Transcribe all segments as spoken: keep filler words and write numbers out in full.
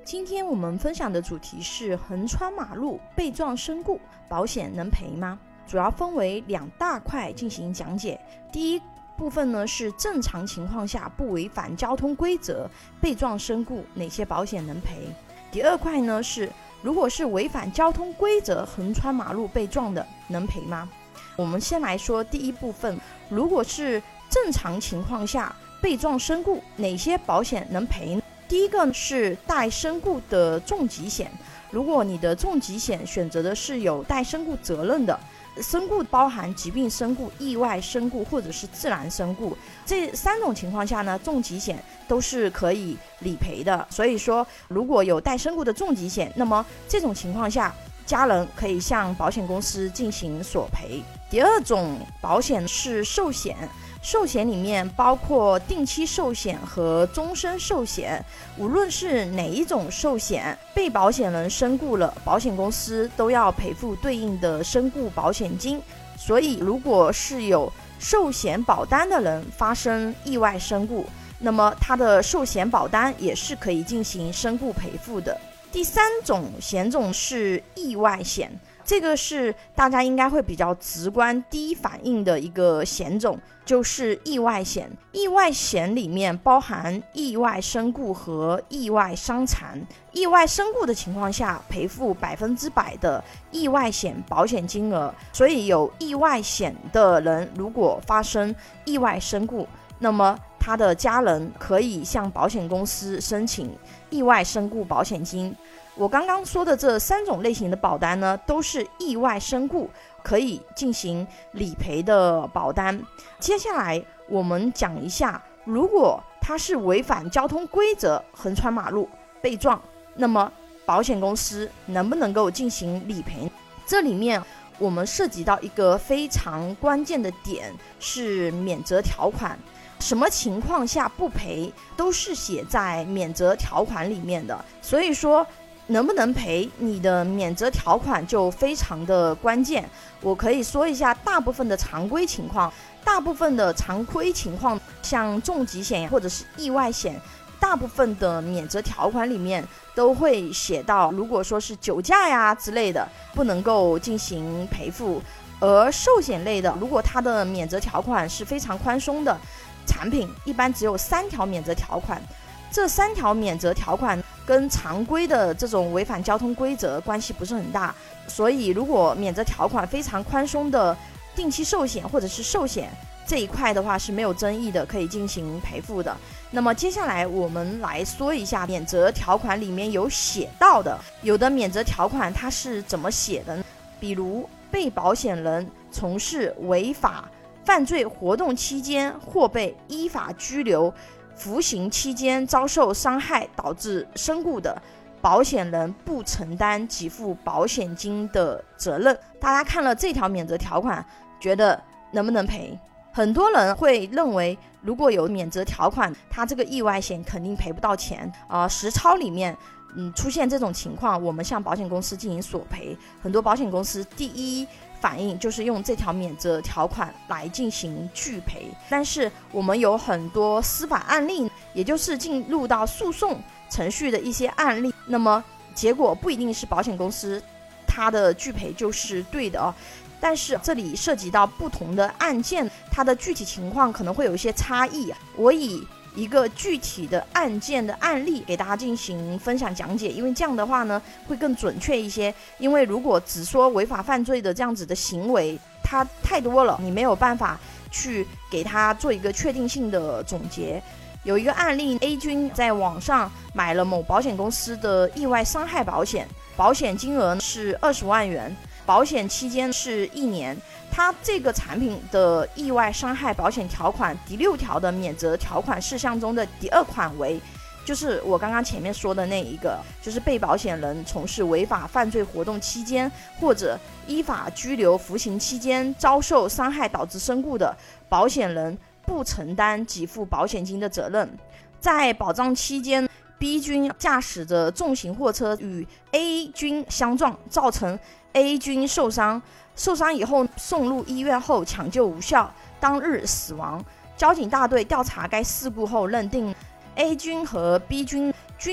今天我们分享的主题是横穿马路被撞身故，保险能赔吗？主要分为两大块进行讲解。第一部分呢是正常情况下不违反交通规则被撞身故，哪些保险能赔？第二块呢是如果是违反交通规则横穿马路被撞的，能赔吗？我们先来说第一部分，如果是正常情况下被撞身故，哪些保险能赔呢？第一个是带身故的重疾险，如果你的重疾险选择的是有带身故责任的，身故包含疾病身故、意外身故或者是自然身故，这三种情况下呢，重疾险都是可以理赔的。所以说如果有带身故的重疾险，那么这种情况下家人可以向保险公司进行索赔。第二种保险是寿险，寿险里面包括定期寿险和终身寿险，无论是哪一种寿险，被保险人身故了，保险公司都要赔付对应的身故保险金。所以如果是有寿险保单的人发生意外身故，那么他的寿险保单也是可以进行身故赔付的。第三种险种是意外险，这个是大家应该会比较直观第一反应的一个险种，就是意外险。意外险里面包含意外身故和意外伤残。意外身故的情况下赔付百分之百的意外险保险金额，所以有意外险的人如果发生意外身故，那么他的家人可以向保险公司申请意外身故保险金。我刚刚说的这三种类型的保单呢，都是意外身故可以进行理赔的保单。接下来我们讲一下，如果他是违反交通规则横穿马路被撞，那么保险公司能不能够进行理赔？这里面我们涉及到一个非常关键的点，是免责条款。什么情况下不赔都是写在免责条款里面的，所以说能不能赔，你的免责条款就非常的关键。我可以说一下大部分的常规情况，大部分的常规情况，像重疾险或者是意外险，大部分的免责条款里面都会写到，如果说是酒驾呀之类的，不能够进行赔付。而寿险类的，如果它的免责条款是非常宽松的产品，一般只有三条免责条款，这三条免责条款跟常规的这种违反交通规则关系不是很大，所以如果免责条款非常宽松的定期寿险或者是寿险这一块的话是没有争议的，可以进行赔付的。那么接下来我们来说一下免责条款里面有写到的，有的免责条款它是怎么写的呢？比如被保险人从事违法犯罪活动期间或被依法拘留服刑期间遭受伤害导致身故的，保险人不承担给付保险金的责任。大家看了这条免责条款，觉得能不能赔？很多人会认为，如果有免责条款，他这个意外险肯定赔不到钱啊、呃。实操里面，嗯，出现这种情况，我们向保险公司进行索赔，很多保险公司第一反应就是用这条免责条款来进行拒赔。但是我们有很多司法案例，也就是进入到诉讼程序的一些案例，那么结果不一定是保险公司它的拒赔就是对的哦。但是这里涉及到不同的案件，它的具体情况可能会有一些差异。我以一个具体的案件的案例给大家进行分享讲解，因为这样的话呢会更准确一些。因为如果只说违法犯罪的这样子的行为，它太多了，你没有办法去给它做一个确定性的总结。有一个案例 A 君在网上买了某保险公司的意外伤害保险，保险金额是二十万元，保险期间是一年。它这个产品的意外伤害保险条款第六条的免责条款事项中的第二款为，就是我刚刚前面说的那一个，就是被保险人从事违法犯罪活动期间或者依法拘留服刑期间遭受伤害导致身故的，保险人不承担给付保险金的责任。在保障期间， B 君驾驶着重型货车与 A 君相撞，造成 A 君受伤，受伤以后送入医院后抢救无效，当日死亡。交警大队调查该事故后认定 A 君和 B 君均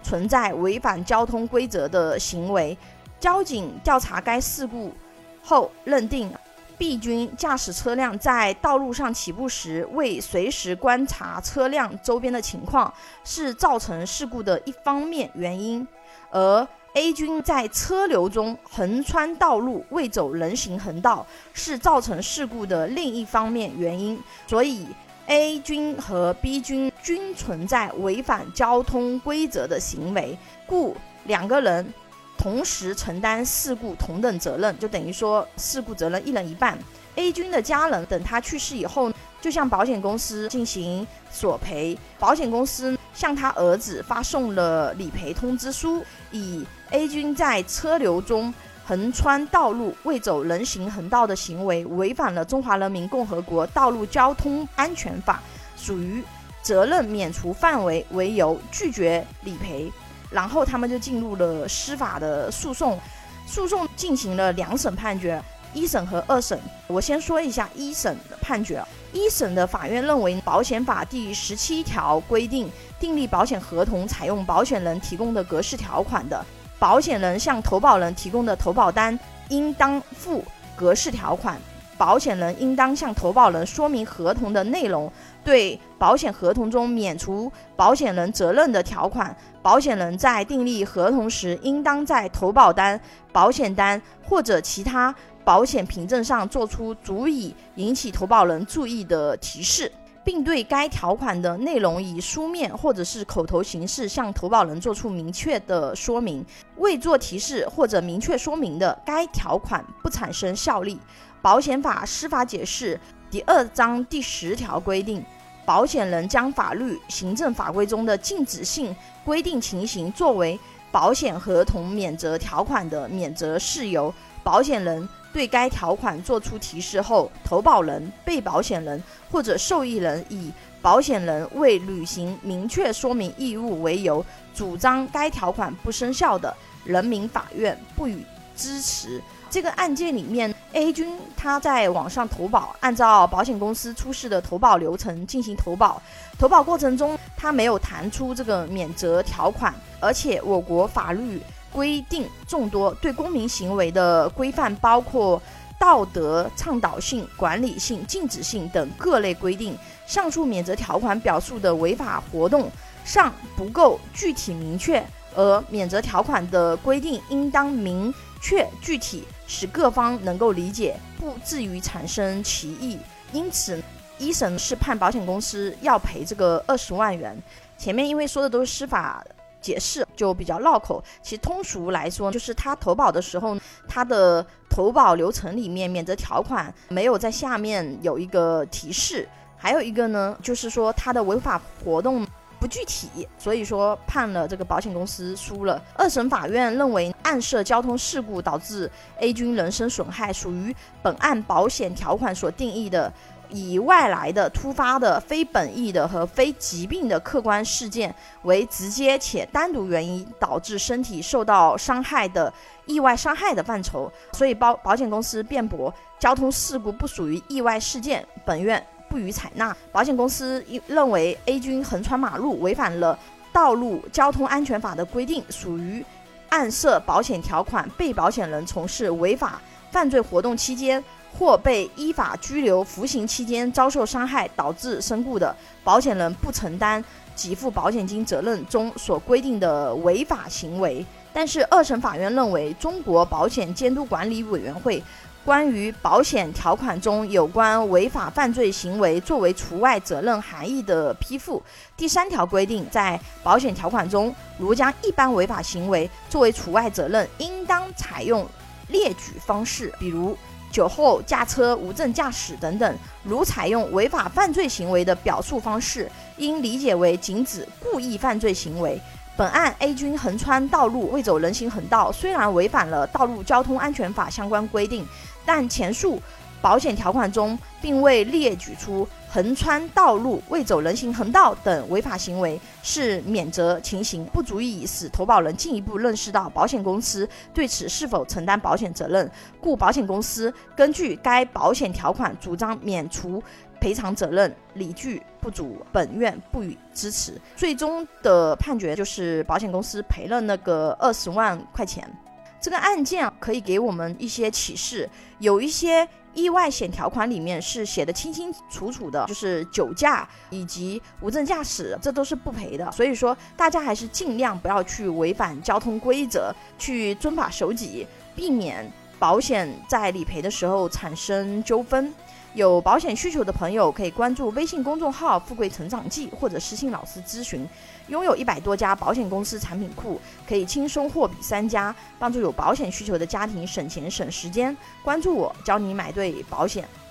存在违反交通规则的行为。交警调查该事故后认定B 君驾驶车辆在道路上起步时未随时观察车辆周边的情况，是造成事故的一方面原因，而 A 君在车流中横穿道路未走人行横道，是造成事故的另一方面原因。所以 A 君和 B 君均存在违反交通规则的行为，故两个人同时承担事故同等责任，就等于说事故责任一人一半。 A 君的家人等他去世以后，就向保险公司进行索赔，保险公司向他儿子发送了理赔通知书，以 A 君在车流中横穿道路未走人行横道的行为违反了中华人民共和国道路交通安全法，属于责任免除范围为由拒绝理赔。然后他们就进入了司法的诉讼，诉讼进行了两审判决，一审和二审。我先说一下一审的判决。一审的法院认为，保险法第十七条规定，订立保险合同采用保险人提供的格式条款的，保险人向投保人提供的投保单应当附格式条款，保险人应当向投保人说明合同的内容，对保险合同中免除保险人责任的条款，保险人在订立合同时应当在投保单、保险单或者其他保险凭证上做出足以引起投保人注意的提示，并对该条款的内容以书面或者是口头形式向投保人做出明确的说明。未做提示或者明确说明的，该条款不产生效力。保险法司法解释第二章第十条规定，保险人将法律、行政法规中的禁止性规定情形作为保险合同免责条款的免责事由，保险人对该条款作出提示后，投保人、被保险人或者受益人以保险人未履行明确说明义务为由，主张该条款不生效的，人民法院不予支持。这个案件里面 A 君他在网上投保，按照保险公司出示的投保流程进行投保，投保过程中他没有弹出这个免责条款，而且我国法律规定众多，对公民行为的规范包括道德倡导性、管理性、禁止性等各类规定，上述免责条款表述的违法活动尚不够具体明确，而免责条款的规定应当明确具体，使各方能够理解，不至于产生歧义。因此一审是判保险公司要赔这个二十万元。前面因为说的都是司法解释，就比较绕口。其实通俗来说，就是他投保的时候，他的投保流程里面免责条款没有在下面有一个提示，还有一个呢，就是说他的违法活动不具体，所以说判了这个保险公司输了。二审法院认为，案涉交通事故导致 A 君人身损害，属于本案保险条款所定义的以外来的、突发的、非本意的和非疾病的客观事件为直接且单独原因导致身体受到伤害的意外伤害的范畴，所以保保险公司辩驳交通事故不属于意外事件，本院不予采纳。保险公司认为 A 君横穿马路违反了道路交通安全法的规定，属于案涉保险条款被保险人从事违法犯罪活动期间或被依法拘留服刑期间遭受伤害导致身故的，保险人不承担给付保险金责任中所规定的违法行为。但是二审法院认为，中国保险监督管理委员会关于保险条款中有关违法犯罪行为作为除外责任含义的批复第三条规定，在保险条款中，如将一般违法行为作为除外责任，应当采用列举方式，比如酒后驾车、无证驾驶等等。如采用违法犯罪行为的表述方式，应理解为仅指故意犯罪行为。本案 A 君横穿道路未走人行横道，虽然违反了道路交通安全法相关规定，但前述保险条款中并未列举出横穿道路未走人行横道等违法行为，是免责情形，不足以使投保人进一步认识到保险公司对此是否承担保险责任，故保险公司根据该保险条款主张免除赔偿责任理据不足，本院不予支持。最终的判决就是保险公司赔了那个二十万块钱。这个案件可以给我们一些启示，有一些意外险条款里面是写的清清楚楚的，就是酒驾以及无证驾驶，这都是不赔的。所以说大家还是尽量不要去违反交通规则，去遵法守纪，避免保险在理赔的时候产生纠纷。有保险需求的朋友可以关注微信公众号富贵成长记，或者私信老师咨询。拥有一百多家保险公司产品库，可以轻松货比三家，帮助有保险需求的家庭省钱省时间。关注我，教你买对保险。